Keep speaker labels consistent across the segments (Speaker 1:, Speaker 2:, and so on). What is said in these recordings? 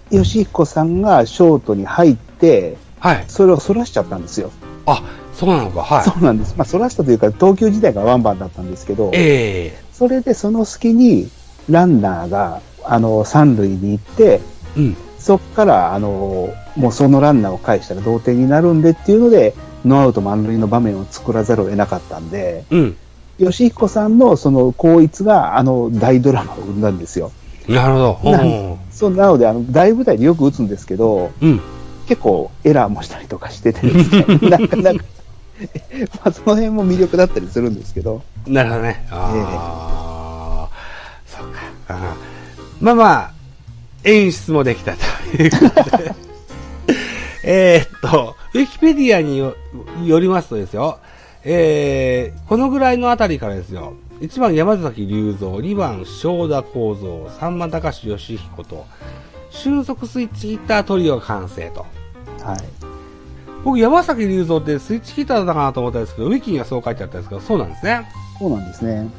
Speaker 1: 義彦さんがショートに入って、
Speaker 2: はい。
Speaker 1: それを反らしちゃったんですよ。
Speaker 2: あ、そうなのか。はい。
Speaker 1: そうなんです。まあ、反らしたというか、投球自体がワンバンだったんですけど、それでその隙に、ランナーが、三塁に行って、
Speaker 2: うん。
Speaker 1: そこから、もうそのランナーを返したら同点になるんでっていうので、ノーアウト満塁の場面を作らざるを得なかったんで、
Speaker 2: うん。
Speaker 1: 義彦さんのその行為が、大ドラマを生んだんですよ。
Speaker 2: なるほど。
Speaker 1: そう、なので、大舞台でよく打つんですけど、
Speaker 2: うん。
Speaker 1: 結構エラーもしたりとかしててですね、なかなか、まあ、その辺も魅力だったりするんですけど。
Speaker 2: なるほどね。そうか。まあまあ、演出もできたということで。ウィキペディアに よりますとですよ、このぐらいのあたりからですよ、1番山崎隆三、2番正田幸三、3番高橋義彦と、俊足スイッチヒッタートリオが完成と。
Speaker 1: はい。
Speaker 2: 僕、山崎隆三ってスイッチヒッターだかなと思ったんですけど、ウィキにはそう書いてあったんですけど、そうなんですね。
Speaker 1: そうなんですね。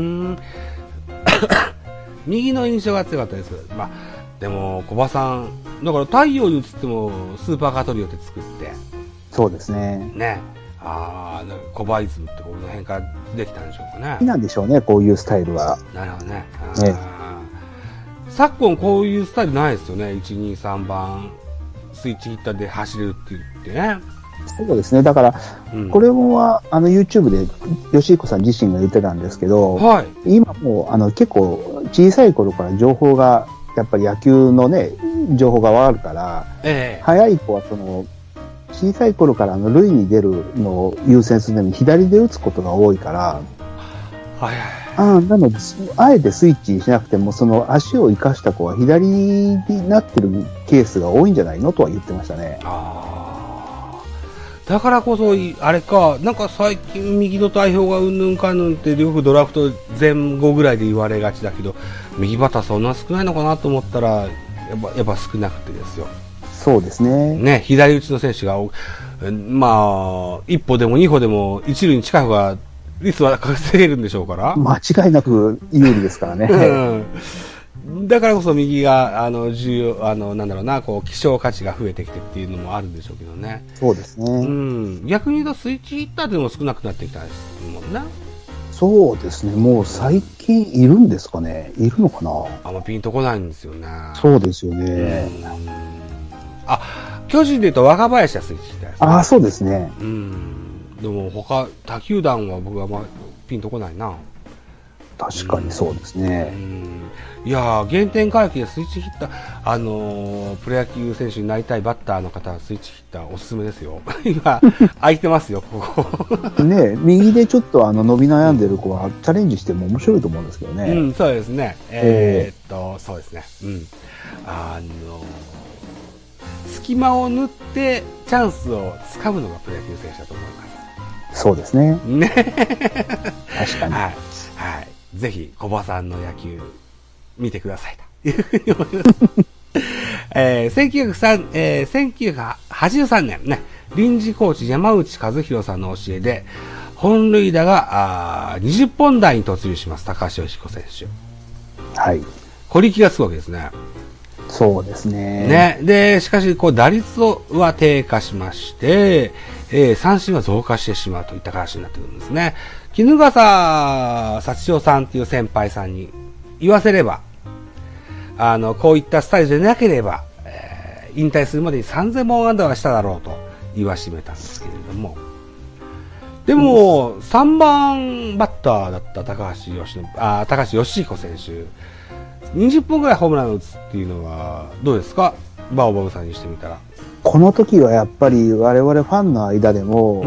Speaker 2: 右の印象が強かったですけど、まあ、でも、小葉さん、だから太陽に映ってもスーパーカートリオって作って。
Speaker 1: そうですね。
Speaker 2: ね。小葉イズムってこの辺からできたんでしょうかね。
Speaker 1: 好きなんでしょうね、こういうスタイルは。
Speaker 2: なるほどね。昨今こういうスタイルないですよね。1、2、3番、スイッチヒッターで走れるって言ってね。
Speaker 1: そうですね。だから、これは、YouTube で、吉彦さん自身が言ってたんですけど、はい、今もう、結構、小さい頃から情報が、やっぱり野球のね、情報がわかるから、早い子は小さい頃から塁に出るのを優先するために左で打つことが多いから、なので、あえてスイッチしなくても、その足を生かした子は左になってるケースが多いんじゃないのとは言ってましたね。
Speaker 2: だからこそ、あれか、なんか最近右の体表がうんぬんかんぬんってよくドラフト前後ぐらいで言われがちだけど、右バッターそんな少ないのかなと思ったら、やっぱ少なくてですよ。
Speaker 1: そうですね。
Speaker 2: ね、左打ちの選手が、まあ、一歩でも二歩でも一塁に近い方が率は稼げるんでしょうから。
Speaker 1: 間違いなく有利ですからね。
Speaker 2: だからこそ右が、重要、なんだろうな、こう、希少価値が増えてきてっていうのもあるんでしょうけどね。
Speaker 1: そうですね。
Speaker 2: 逆に言うとスイッチヒッターっていうのも少なくなってきたですもんね。
Speaker 1: そうですね。もう最近いるんですかね。いるのかな。
Speaker 2: あんまピンとこないんですよね。
Speaker 1: そうですよね。
Speaker 2: 巨人で言うと若林はスイッチヒッターですね。
Speaker 1: そうですね。
Speaker 2: でも他球団は僕はピンとこないな。
Speaker 1: 確かにそうですね。
Speaker 2: いや原点回帰でスイッチヒッター、プロ野球選手になりたいバッターの方はスイッチヒッターおすすめですよ。今、空いてますよ、ここ。
Speaker 1: ね右でちょっと伸び悩んでる子はチャレンジしても面白いと思うんですけどね。
Speaker 2: そうですね。そうですね。隙間を縫ってチャンスをつかむのがプロ野球選手だと思います。
Speaker 1: そうですね。
Speaker 2: 確かに。はい。ぜひ、小葉さんの野球、見てくださいというふうに思います。1983年ね、臨時コーチ山内和弘さんの教えで、本塁打が20本台に突入します、高橋義彦選手。
Speaker 1: はい。
Speaker 2: 小力がつくわけですね。
Speaker 1: そうですね。
Speaker 2: で、しかし、打率は低下しまして、三振は増加してしまうといった形になってくるんですね。衣笠幸男さんっていう先輩さんに言わせれば、こういったスタイルでなければ、引退するまでに3000本安打はしただろうと言わしめたんですけれども、でも、3番バッターだった高橋義彦選手、20本ぐらいホームランを打つっていうのはどうですか、バオバブさんにしてみたら。
Speaker 1: この時はやっぱり我々ファンの間でも、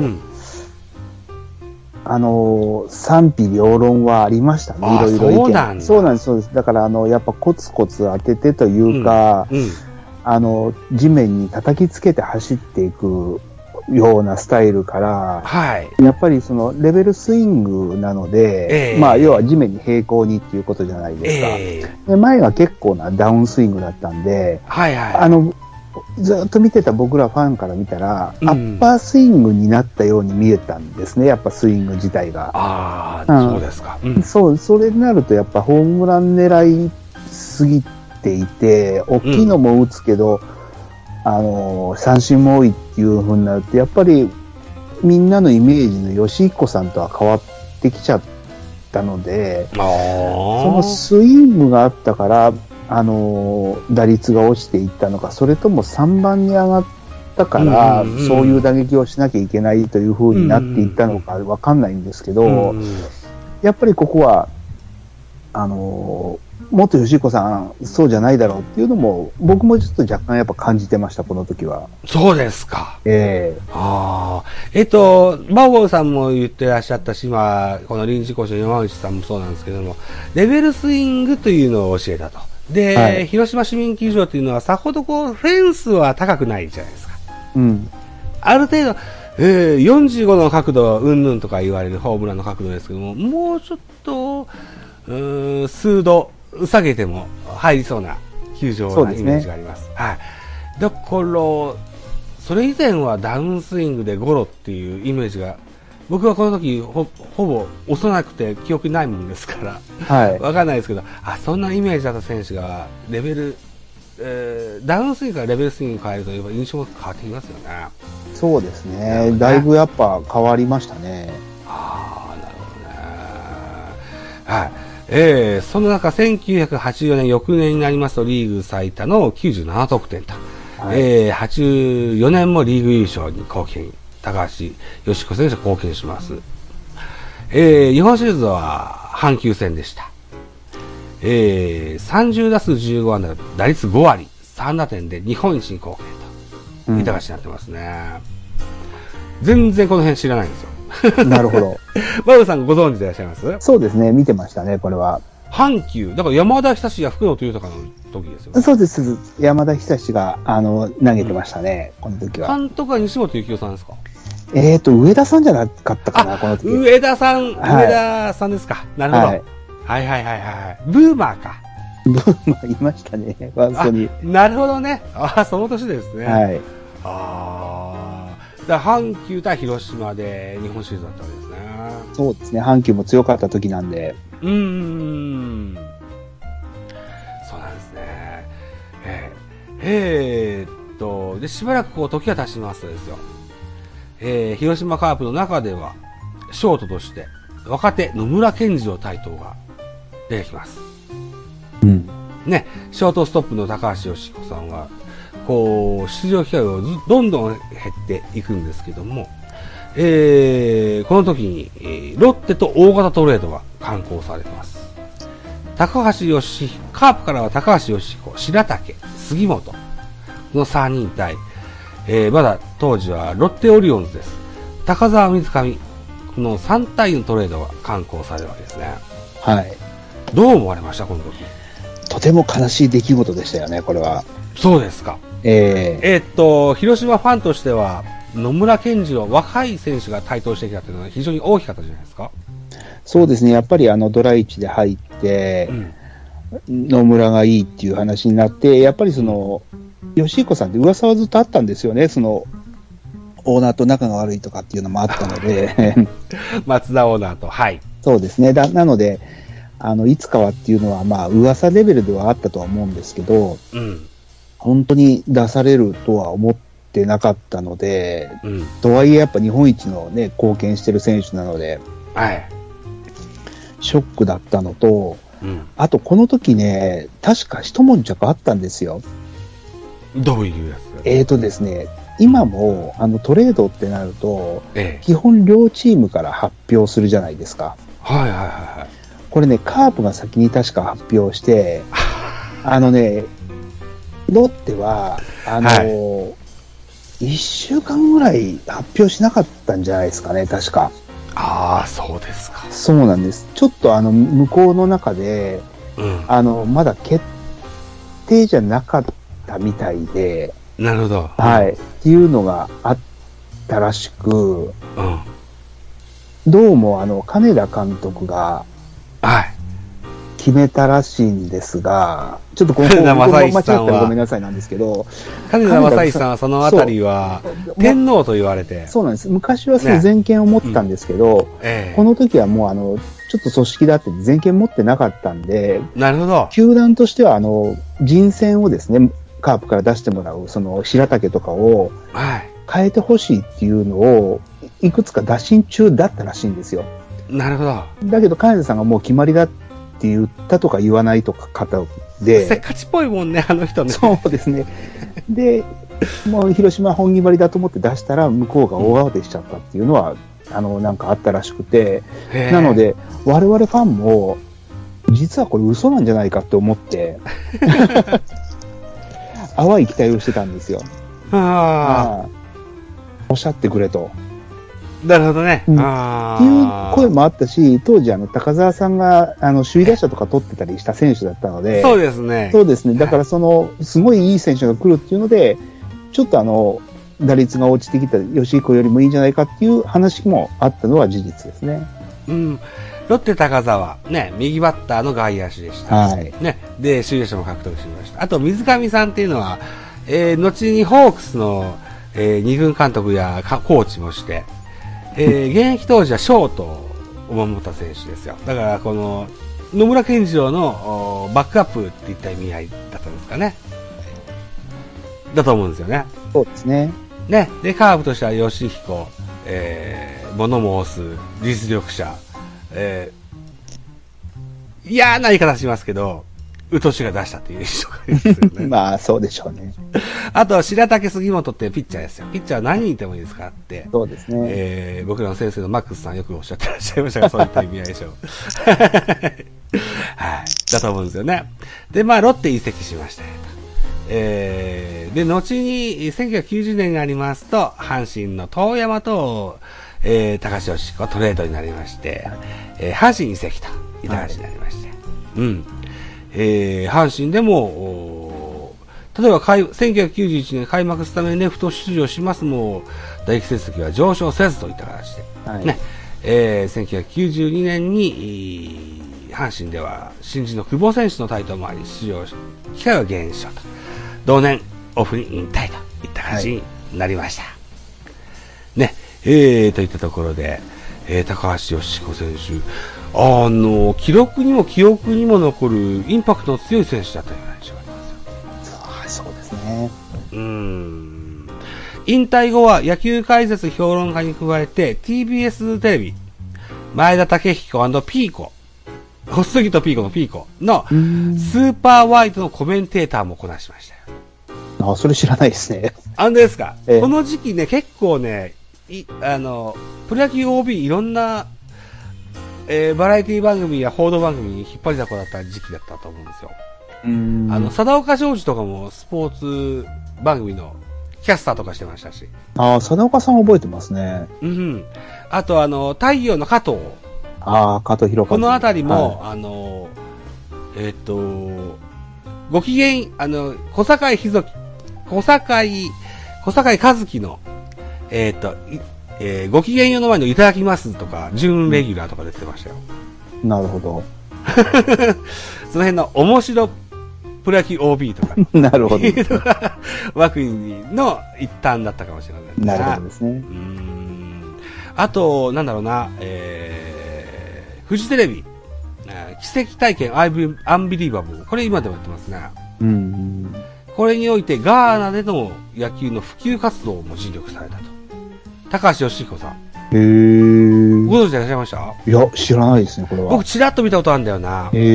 Speaker 1: 賛否両論はありましたね。いろいろ意見。そうなんです。そうです。だからやっぱコツコツ当ててというか、地面に叩きつけて走っていくようなスタイルから、やっぱりそのレベルスイングなので、要は地面に平行にっていうことじゃないですか。で前が結構なダウンスイングだったんで、ずっと見てた僕らファンから見たら、アッパースイングになったように見えたんですね、やっぱスイング自体が。
Speaker 2: そうですか。
Speaker 1: それになるとやっぱホームラン狙いすぎてていて、大きいのも打つけど、三振も多いっていう風になると、やっぱりみんなのイメージの吉彦さんとは変わってきちゃったので、そのスイングがあったから、打率が落ちていったのか、それとも3番に上がったから、そういう打撃をしなきゃいけないという風になっていったのかわかんないんですけど、やっぱりここは、元吉彦さん、そうじゃないだろうっていうのも、僕もちょっと若干やっぱ感じてました、この時は。
Speaker 2: そうですか。バオボーさんも言ってらっしゃったし、この臨時講師の山内さんもそうなんですけども、レベルスイングというのを教えたと。で、広島市民球場というのはさほどフェンスは高くないじゃないですか。ある程度、45の角度、うんぬんとか言われるホームランの角度ですけども、もうちょっと、数度下げても入りそうな球場なイメージがあります。はい。だから、それ以前はダウンスイングでゴロっていうイメージが、僕はこの時ほぼ幼くて記憶ないもんですから、わかんないですけど、そんなイメージだった選手がレベル、ダウンスイングからレベルスイング変えると印象が変わってきますよね。
Speaker 1: そうですね。だいぶやっぱ変わりましたね。
Speaker 2: なるほどね。はい。その中、1984年、翌年になりますと、リーグ最多の97得点と。84年もリーグ優勝に貢献。高橋義彦選手が貢献します。日本シリーズは阪急戦でした。30打数15安打、打率5割、3打点で日本一に貢献と。板橋になってますね。全然この辺知らないんですよ。
Speaker 1: なるほど。
Speaker 2: バブさんご存知でいらっしゃいます？
Speaker 1: そうですね、見てましたね、これは。
Speaker 2: 阪急、だから山田久志や福野豊の時ですよね。
Speaker 1: そうです。山田久志が、投げてましたね、この時は。
Speaker 2: 監督は西本幸雄さんですか？
Speaker 1: 上田さんじゃなかったかな、この時。
Speaker 2: 上田さんですか。なるほど。はい。ブーマーか。
Speaker 1: ブーマーいましたね、本当に。
Speaker 2: なるほどね。その年ですね。
Speaker 1: はい。
Speaker 2: 阪急対広島で日本シリーズだったわけですね。
Speaker 1: そうですね。阪急も強かった時なんで。
Speaker 2: そうなんですね。で、しばらく時が経ちますとですよ。広島カープの中では、ショートとして、若手野村健次郎台頭が出てきます。ね、ショートストップの高橋義彦さんは、出場機会をどんどん減っていくんですけども、この時に、ロッテと大型トレードが敢行されています。カープからは高橋義彦、白竹、杉本の3人対、まだ当時はロッテオリオンズです。高澤水上、この3対のトレードが敢行されるわけですね。
Speaker 1: はい。
Speaker 2: どう思われました、この時？
Speaker 1: とても悲しい出来事でしたよね、これは。
Speaker 2: そうですか。広島ファンとしては、野村健次郎、若い選手が台頭してきたというのは非常に大きかったじゃないですか。
Speaker 1: そうですね、やっぱりドラ1で入って、野村がいいっていう話になって、やっぱり吉彦さんって噂はずっとあったんですよね、オーナーと仲が悪いとかっていうのもあったので。
Speaker 2: 松田オーナーと、はい。
Speaker 1: そうですね。なので、いつかはっていうのは、噂レベルではあったとは思うんですけど、本当に出されるとは思ってなかったので、とはいえやっぱ日本一のね、貢献してる選手なので、ショックだったのと、あとこの時ね、確か一悶着あったんですよ。
Speaker 2: どういうや
Speaker 1: つ？ですね、今もトレードってなると、基本両チームから発表するじゃないですか。これね、カープが先に確か発表して、ロッテは、1週間ぐらい発表しなかったんじゃないですかね、確か。
Speaker 2: そうですか。
Speaker 1: そうなんです。ちょっと向こうの中で、まだ決定じゃなかったみたいで、
Speaker 2: なるほど。
Speaker 1: はい。っていうのがあったらしく、どうも金田監督が、 決めたらしいんですが、ちょっとここ間違ったらごめんなさいなんですけど、
Speaker 2: 金田正一さんはそのあたりは天皇と言われて。
Speaker 1: そうなんです。昔はその全権を持ってたんですけど、この時はもうちょっと組織だって全権持ってなかったんで、
Speaker 2: なるほど。
Speaker 1: 球団としては人選をですね、カープから出してもらう、その白竹とかを変えてほしいっていうのを、いくつか打診中だったらしいんですよ。
Speaker 2: なるほど。
Speaker 1: だけど、金田さんがもう決まりだって言ったとか言わないとか方で。
Speaker 2: せっかちっぽいもんね、あの人ね。
Speaker 1: そうですね。で、もう広島本決まりだと思って出したら、向こうが大慌てしちゃったっていうのは、なんかあったらしくて。なので、我々ファンも、実はこれ嘘なんじゃないかって思って、淡い期待をしてたんですよ。おっしゃってくれと。
Speaker 2: なるほどね。
Speaker 1: っていう声もあったし、当時高澤さんが首位打者とか取ってたりした選手だったので、
Speaker 2: そうですね。
Speaker 1: そうですね。だからすごいいい選手が来るっていうので、ちょっと打率が落ちてきた吉彦よりもいいんじゃないかっていう話もあったのは事実ですね。
Speaker 2: うん。ロッテ高澤、ね、右バッターの外野手でした。
Speaker 1: はい。
Speaker 2: ね、で、首位打者も獲得しました。あと、水上さんっていうのは、後にホークスの、二軍監督やコーチもして、現役当時はショートを守った選手ですよ。だから、この、野村健次郎のバックアップっていった意味合いだったんですかね。だと思うんですよね。
Speaker 1: そうですね。
Speaker 2: ね。で、カープとしては吉彦、物申す、実力者、嫌な言い方しますけど、うとしが出したっていう印象がありますよね。
Speaker 1: まあ、そうでしょうね。
Speaker 2: あと、白竹杉本ってピッチャーですよ。ピッチャーは何人いてもいいですかって。
Speaker 1: そうですね。
Speaker 2: 僕らの先生のマックスさんよくおっしゃってらっしゃいましたが、そういった意味合いでしょう。はい。だと思うんですよね。で、まあ、ロッテ移籍しましたよと。で、後に、1990年になりますと、阪神の遠山と、高橋義彦トレードになりまして、阪神移籍といった話になりまして。うん。阪神でも、例えば1991年開幕スタメンレフト出場しますも、打撃成績は上昇せずといった形で、はい、ね、1992年に、阪神では新人の久保選手の台頭もあり、出場機会は減少と、同年オフに引退といった形になりました。はい、ね、といったところで、高橋義彦選手、記録にも記憶にも残るインパクトの強い選手だったような印象がありますよ。
Speaker 1: そうですね。
Speaker 2: 引退後は野球解説評論家に加えて TBS テレビ、前田武彦&ピーコ、ホスギとピーコのピーコのスーパーワイドのコメンテーターもこなしましたよ。
Speaker 1: それ知らないですね。
Speaker 2: ですか、この時期ね、結構ね、プロ野球 OB いろんなバラエティ番組や報道番組に引っ張りだこだった時期だったと思うんですよ。貞岡庄司とかもスポーツ番組のキャスターとかしてましたし。
Speaker 1: 貞岡さん覚えてますね。
Speaker 2: あと太陽の加藤。
Speaker 1: 加藤博和。
Speaker 2: このあたりも、はい、ご機嫌、小坂井和樹の、ご機嫌よの前のいただきますとか、準レギュラーとか出てましたよ。
Speaker 1: なるほど。
Speaker 2: その辺の面白プロ野球 OB とか。
Speaker 1: なるほど。
Speaker 2: 枠の一端だったかもしれない。
Speaker 1: なるほどですね。
Speaker 2: あと、なんだろうな、フジテレビ、奇跡体験アンビリーバブル。これ今でもやってますね。これにおいてガーナでの野球の普及活動も尽力されたと。高橋義彦さん。ご存知でいらっしゃいました？
Speaker 1: いや、知らないですね、これは。
Speaker 2: 僕、ちらっと見たことあるんだよな。ガ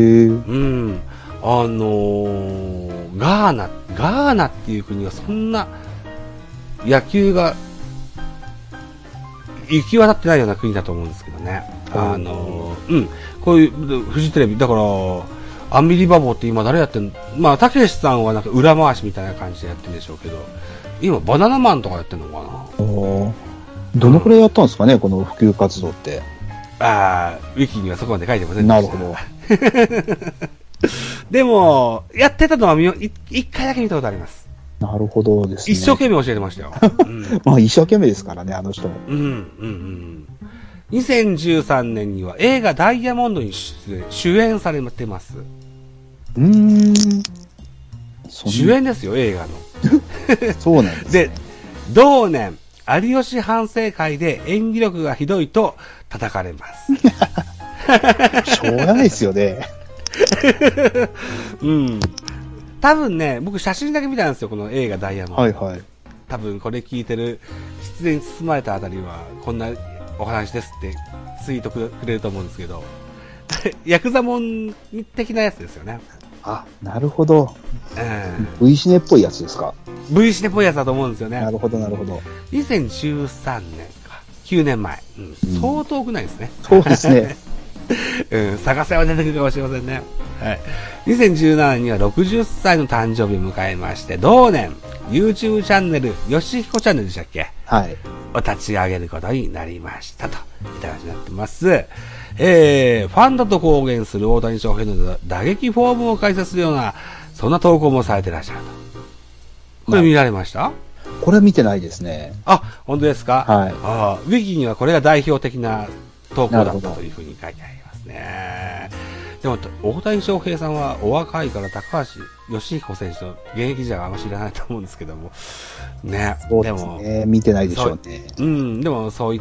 Speaker 2: ーナっていう国はそんな野球が行き渡ってないような国だと思うんですけどね。こういうフジテレビ、だから、アンビリバボーって今誰やってんの？まあ、たけしさんはなんか裏回しみたいな感じでやってるんでしょうけど、今、バナナマンとかやってんのかな？
Speaker 1: どのくらいやったんですかね、この普及活動って。
Speaker 2: ウィキにはそこまで書いてませんでした。
Speaker 1: なるほど。
Speaker 2: でも、やってたのは一回だけ見たことあります。
Speaker 1: なるほどですね。
Speaker 2: 一生懸命教えてましたよ。
Speaker 1: まあ、一生懸命ですからね、あの人も。
Speaker 2: 2013年には映画ダイヤモンドに主演されてます。主演ですよ、映画の。
Speaker 1: そうなんです、ね。
Speaker 2: で、同年、有吉反省会で演技力がひどいと叩かれます。
Speaker 1: しょうがないですよね。
Speaker 2: うん。多分ね、僕写真だけ見たんですよ、この映画ダイヤモンド。
Speaker 1: はいはい。
Speaker 2: 多分これ聞いてる、失恋に包まれたあたりは、こんなお話ですってツイートくれると思うんですけど、ヤクザモン的なやつですよね。
Speaker 1: あ、なるほど。V シネっぽいやつですか。
Speaker 2: V シネっぽいやつだと思うんですよね。
Speaker 1: なるほど、なるほど。
Speaker 2: 2013年か。9年前。相当遠くないですね。
Speaker 1: そうですね。
Speaker 2: 探せば出てくるかもしれませんね。はい。2017年には60歳の誕生日を迎えまして、同年、YouTube チャンネル、よしひこチャンネルでしたっけ？
Speaker 1: はい。
Speaker 2: を立ち上げることになりましたと。いった感じになってます。ファンだと公言する大谷翔平の打撃フォームを解説するような、そんな投稿もされてらっしゃると。これ見られました？
Speaker 1: これ見てないですね。
Speaker 2: あ、本当ですか？
Speaker 1: はい。
Speaker 2: ウィキにはこれが代表的な投稿だったというふうに書いてありますね。でも、大谷翔平さんはお若いから高橋義彦選手と現役時代はあんま知らないと思うんですけども。ね。
Speaker 1: そうですね。でも見てないでしょうね。
Speaker 2: でもそう言って、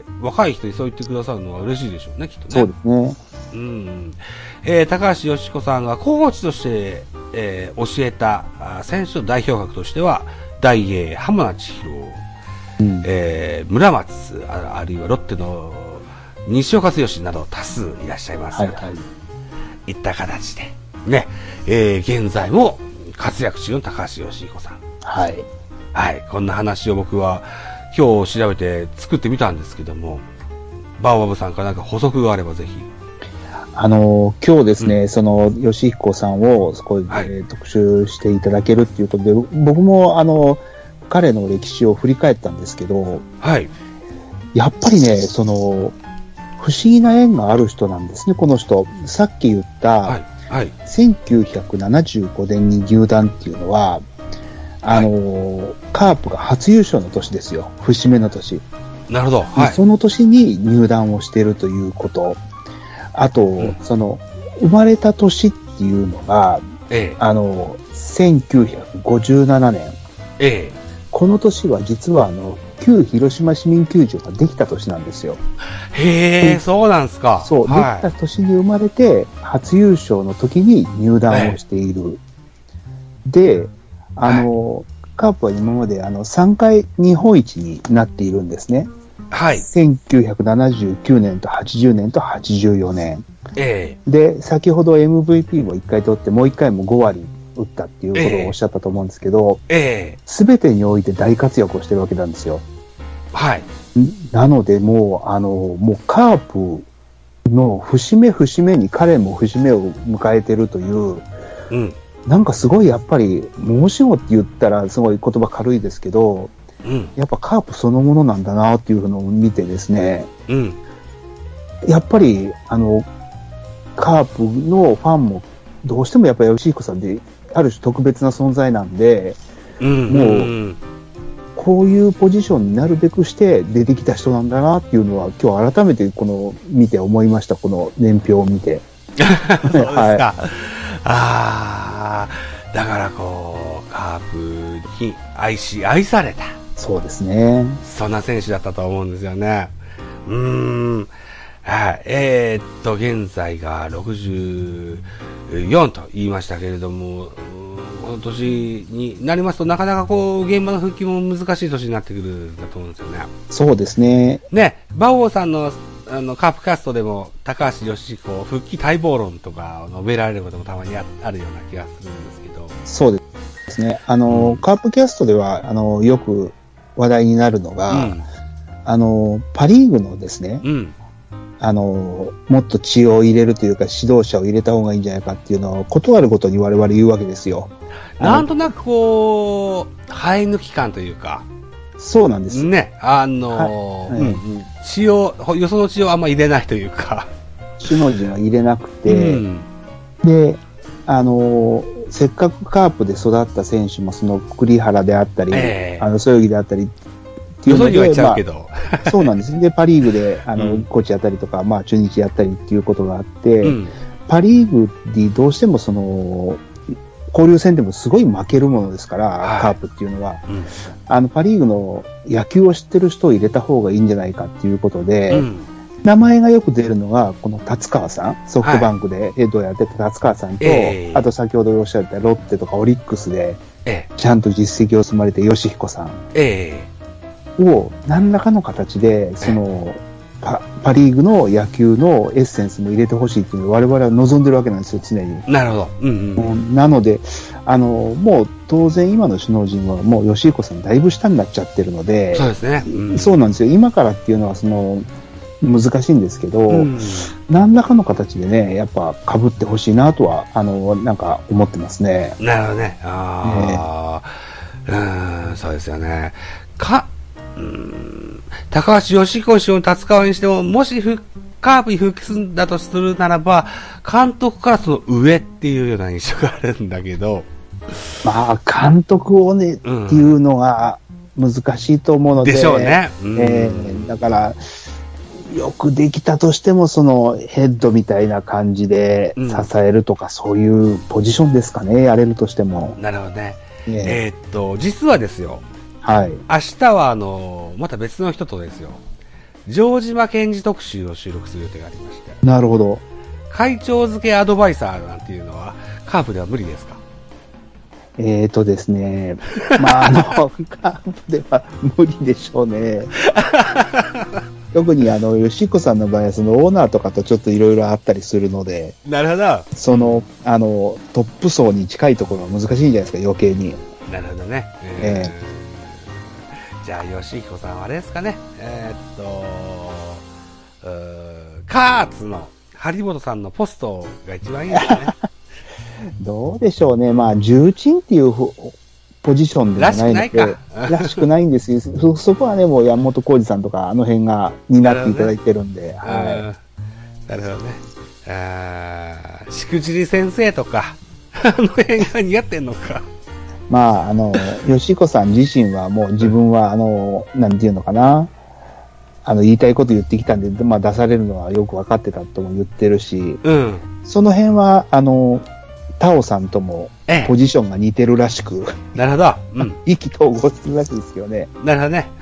Speaker 2: 若い人にそう言ってくださるのは嬉しいでしょうね、きっとね。
Speaker 1: そうです
Speaker 2: ね。高橋義彦さんがコーチとして、教えた選手の代表格としては、大栄、浜名千尋、村松、あるいはロッテの西岡剛など多数いらっしゃいますよと、いった形で、ね、現在も活躍中の高橋義彦さん。はい。はい。こんな話を僕は今日調べて作ってみたんですけども、バオバブさんからなんか補足があればぜひ。
Speaker 1: 今日ですね、その、義彦さんを、そこで、特集していただけるっていうことで、僕も、彼の歴史を振り返ったんですけど、はい。やっぱりね、その、不思議な縁がある人なんですね、この人。さっき言った、1975年に入団っていうのは、カープが初優勝の年ですよ。節目の年。なるほど。はい。その年に入団をしているということ。あと、その、生まれた年っていうのが、1957年。この年は実は旧広島市民球場ができた年なんですよ。へえ、そうなんですか。そう、できた年に生まれて、初優勝の時に入団をしている。で、カープは今まで3回日本一になっているんですね。はい。1979年と80年と84年。で、先ほど MVP も1回取って、もう1回も5割打ったっていうことをおっしゃったと思うんですけど、すべてにおいて大活躍をしてるわけなんですよ。はい。なので、もうカープの節目節目に彼も節目を迎えてるという、なんかすごいやっぱり、申し子って言ったらすごい言葉軽いですけど、やっぱカープそのものなんだなっていうのを見てですね、やっぱりカープのファンもどうしてもやっぱり吉彦さんである種特別な存在なんで、もうこういうポジションになるべくして出てきた人なんだなっていうのは今日改めて見て思いました。この年表を見て。そうですか。
Speaker 2: だからカープに愛された。
Speaker 1: そうですね。
Speaker 2: そんな選手だったと思うんですよね。はい。現在が64と言いましたけれども、この年になりますと、なかなか現場の復帰も難しい年になってくるんだと思うんですよね。
Speaker 1: そうですね。
Speaker 2: ね、馬王さんのカープキャストでも、高橋義彦復帰待望論とか述べられることもたまにあるような気がするんですけど。そうですね。カープキャストでは、よく話題になるのが、パリーグのですね、もっと血を入れるというか指導者を入れた方がいいんじゃないかっていうのを断るごとに我々言うわけですよ。なんとなく生え抜き感というか。そうなんです。ね。血を、よその血をあんま入れないというか。血の字は入れなくて、で、せっかくカープで育った選手もその栗原であったり、そよぎであったり、
Speaker 1: っていうので、
Speaker 2: よそには行っちゃうけど。
Speaker 1: そうなんです。で、パリーグで、コーチやったりとか、まあ、中日やったりっていうことがあって、パリーグにどうしても交流戦でもすごい負けるものですから、カープっていうのは、パリーグの野球を知ってる人を入れた方がいいんじゃないかっていうことで、名前がよく出るのが、この達川さん、ソフトバンクでヘッドをやってた達川さんと、あと先ほどおっしゃったロッテとかオリックスで、ちゃんと実績を積まれて吉彦さんを何らかの形で、パリーグの野球のエッセンスも入れてほしいっていうのを我々は望んでるわけなんですよ、常に。
Speaker 2: なるほど。
Speaker 1: なので、もう当然今の首脳陣はもう吉彦さんだいぶ下になっちゃってるので、
Speaker 2: そうですね。
Speaker 1: そうなんですよ。今からっていうのは難しいんですけど、何らかの形でね、やっぱ被ってほしいなとは、なんか思ってますね。
Speaker 2: なるほどね。そうですよね。高橋義彦氏を達川にしても、もしカープに復帰するんだとするならば、監督からその上っていうような印象があるんだけど。
Speaker 1: まあ、監督をね、っていうのが難しいと思うので。
Speaker 2: でしょうね。
Speaker 1: だから、よくできたとしても、ヘッドみたいな感じで支えるとか、そういうポジションですかね、やれるとしても。
Speaker 2: なるほどね。実はですよ。
Speaker 1: はい。
Speaker 2: 明日はまた別の人とですよ、城島健治特集を収録する予定がありまして。
Speaker 1: なるほど。
Speaker 2: 会長付けアドバイサーなんていうのは、カープでは無理ですか？
Speaker 1: ですね、まあ、カープでは無理でしょうね。特に吉彦さんの場合はオーナーとかとちょっといろいろあったりするので、
Speaker 2: なるほど。
Speaker 1: トップ層に近いところは難しいんじゃないですか、余計に。
Speaker 2: なるほどね。じゃあ、吉彦さんはあれですかね。カーツの張本さんのポストが一番いいですかね。
Speaker 1: どうでしょうね。まあ、重鎮っていうポジションではないので、らしくないんですよ。そこはね、もう山本浩二さんとか、あの辺が担っていただいてるんで。
Speaker 2: なるほどね。しくじり先生とか、あの辺が似合ってんのか。
Speaker 1: まあ、吉彦さん自身はもう自分は、なんていうのかな。言いたいこと言ってきたんで、まあ出されるのはよく分かってたとも言ってるし、その辺は、タオさんともポジションが似てるらしく、
Speaker 2: なるほど。
Speaker 1: 意気投合するらしいですよね。
Speaker 2: なるほどね。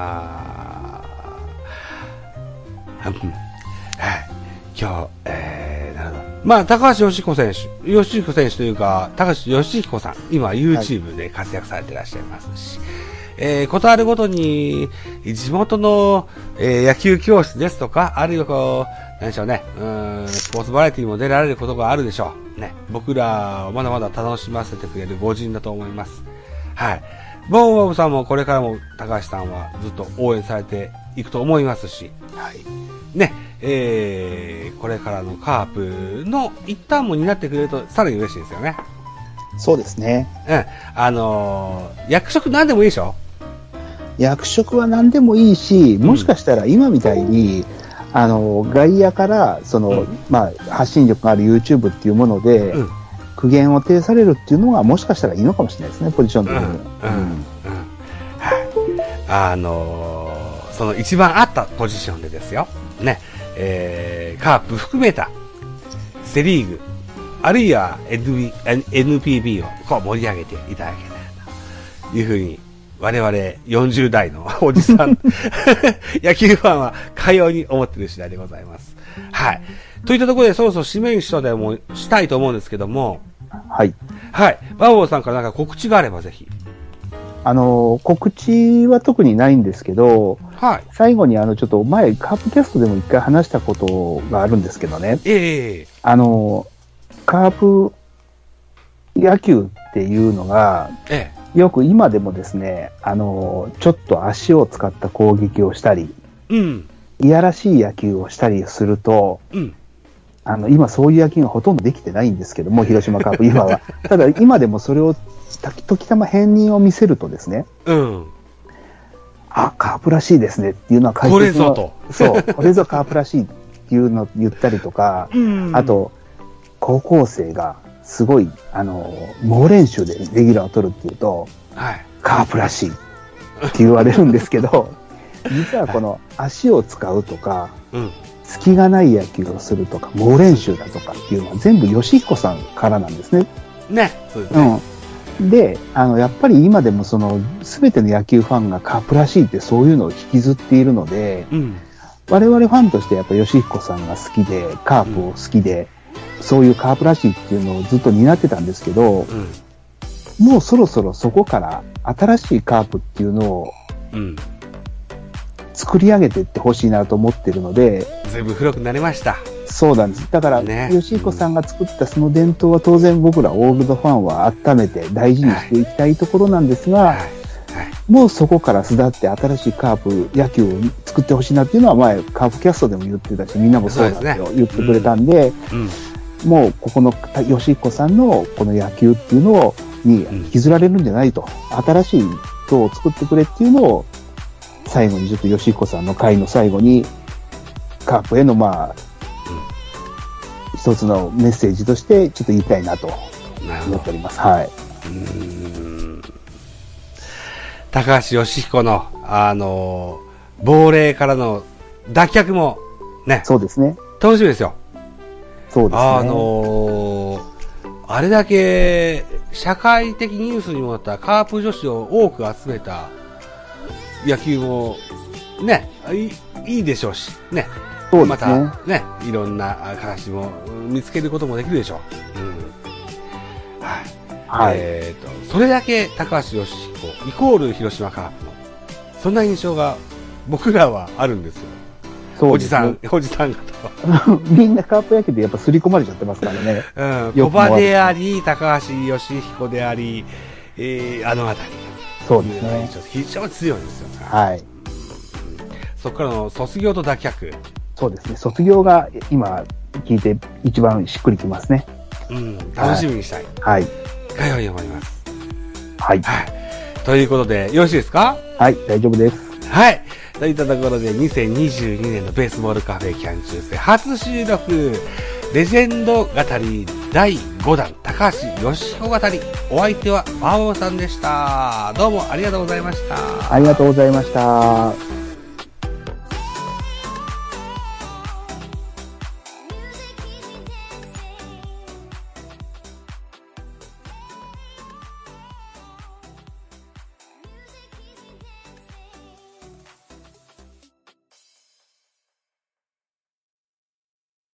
Speaker 2: 今日、なるほど。まあ、高橋義彦選手というか、高橋義彦さん、今 YouTube で活躍されていらっしゃいますし、ことあるごとに、地元の、野球教室ですとか、あるいはなんでしょうね、スポーツバラエティも出られることがあるでしょう。ね。僕らをまだまだ楽しませてくれる御人だと思います。はい。ボンボブさんもこれからも高橋さんはずっと応援されていくと思いますし、はい。ね。これからのカープの一端も担ってくれるとさらに嬉しいですよね。
Speaker 1: そうですね。
Speaker 2: 役職何でもいいでしょ？
Speaker 1: 役職は何でもいいし、もしかしたら今みたいに、外野から、まあ、発信力がある YouTube っていうもので、苦言を呈されるっていうのが、もしかしたらいいのかもしれないですね、ポジション的に
Speaker 2: も。その一番合ったポジションでですよ。ね。カープ含めた、セリーグ、あるいは NPB をこう盛り上げていただけたらというふうに、我々40代のおじさん、野球ファンはかように思っている次第でございます。はい。といったところでそろそろ締めにしたいと思うんですけども。
Speaker 1: はい。
Speaker 2: はい。バオさんからなんか告知があればぜひ。
Speaker 1: 告知は特にないんですけど、
Speaker 2: はい。
Speaker 1: 最後にちょっと前、カープキャストでも一回話したことがあるんですけどね。カープ野球っていうのが、よく今でもですね、ちょっと足を使った攻撃をしたり、いやらしい野球をしたりすると、今そういう野球がほとんどできてないんですけども、広島カープ今は。ただ今でもそれを時たま片鱗を見せるとですね、カープらしいですねっていうのは
Speaker 2: これぞと。
Speaker 1: そう、これぞカープらしいっていうのを言ったりとか、あと、高校生がすごい、猛練習でレギュラーを取るっていうと、カープらしい。 って言われるんですけど、実はこの足を使うとか、隙がない野球をするとか、猛練習だとかっていうのは全部義彦さんからなんですね。
Speaker 2: ね。そうですね。
Speaker 1: で、やっぱり今でもすべての野球ファンがカープらしいってそういうのを引きずっているので、我々ファンとしてやっぱ義彦さんが好きで、カープを好きで、そういうカープらしいっていうのをずっと担ってたんですけど、もうそろそろそこから新しいカープっていうのを、作り上げていってほしいなと思ってるので、
Speaker 2: ずいぶん古くなりました。
Speaker 1: そうなんです。だから、吉彦さんが作ったその伝統は当然僕らオールドファンは温めて大事にしていきたいところなんですが、もうそこから巣立って新しいカープ野球を作ってほしいなっていうのは前カープキャストでも言ってたし、みんなもそうだって言ってくれたんで、もうここの吉彦さんのこの野球っていうのに引きずられるんじゃないと、新しい人を作ってくれっていうのを最後にちょっと吉彦さんの回の最後にカープへの一つのメッセージとしてちょっと言いたいなと思っております。はい。
Speaker 2: 高橋義彦の亡霊からの脱却もね。
Speaker 1: そうですね。
Speaker 2: 楽しみですよ。
Speaker 1: そうですね。
Speaker 2: あれだけ社会的ニュースにもなったカープ女子を多く集めた野球もね、いいでしょうし、ね。
Speaker 1: そうですね。
Speaker 2: またね、いろんな形も見つけることもできるでしょう。はい。それだけ高橋義彦イコール広島カープの、そんな印象が僕らはあるんですよ。おじさん方は。
Speaker 1: みんなカープ野球でやっぱ刷り込まれちゃってますからね。
Speaker 2: 小葉であり、高橋義彦であり、あのあたり。
Speaker 1: そうですね。
Speaker 2: 非常に強いんですよね。
Speaker 1: はい。
Speaker 2: そこからの卒業と脱却。
Speaker 1: そうですね。卒業が今聞いて一番しっくりきますね。
Speaker 2: 楽しみにしたい。
Speaker 1: はい。
Speaker 2: かように思います。
Speaker 1: はい。
Speaker 2: ということで、よろしいですか？
Speaker 1: はい、大丈夫です。
Speaker 2: はい。といったところで、2022年のベースボールカフェキャン中世初収録、レジェンド語り第5弾、高橋義彦語り、お相手はパワーさんでした。どうもありがとうございました。
Speaker 1: ありがとうございました。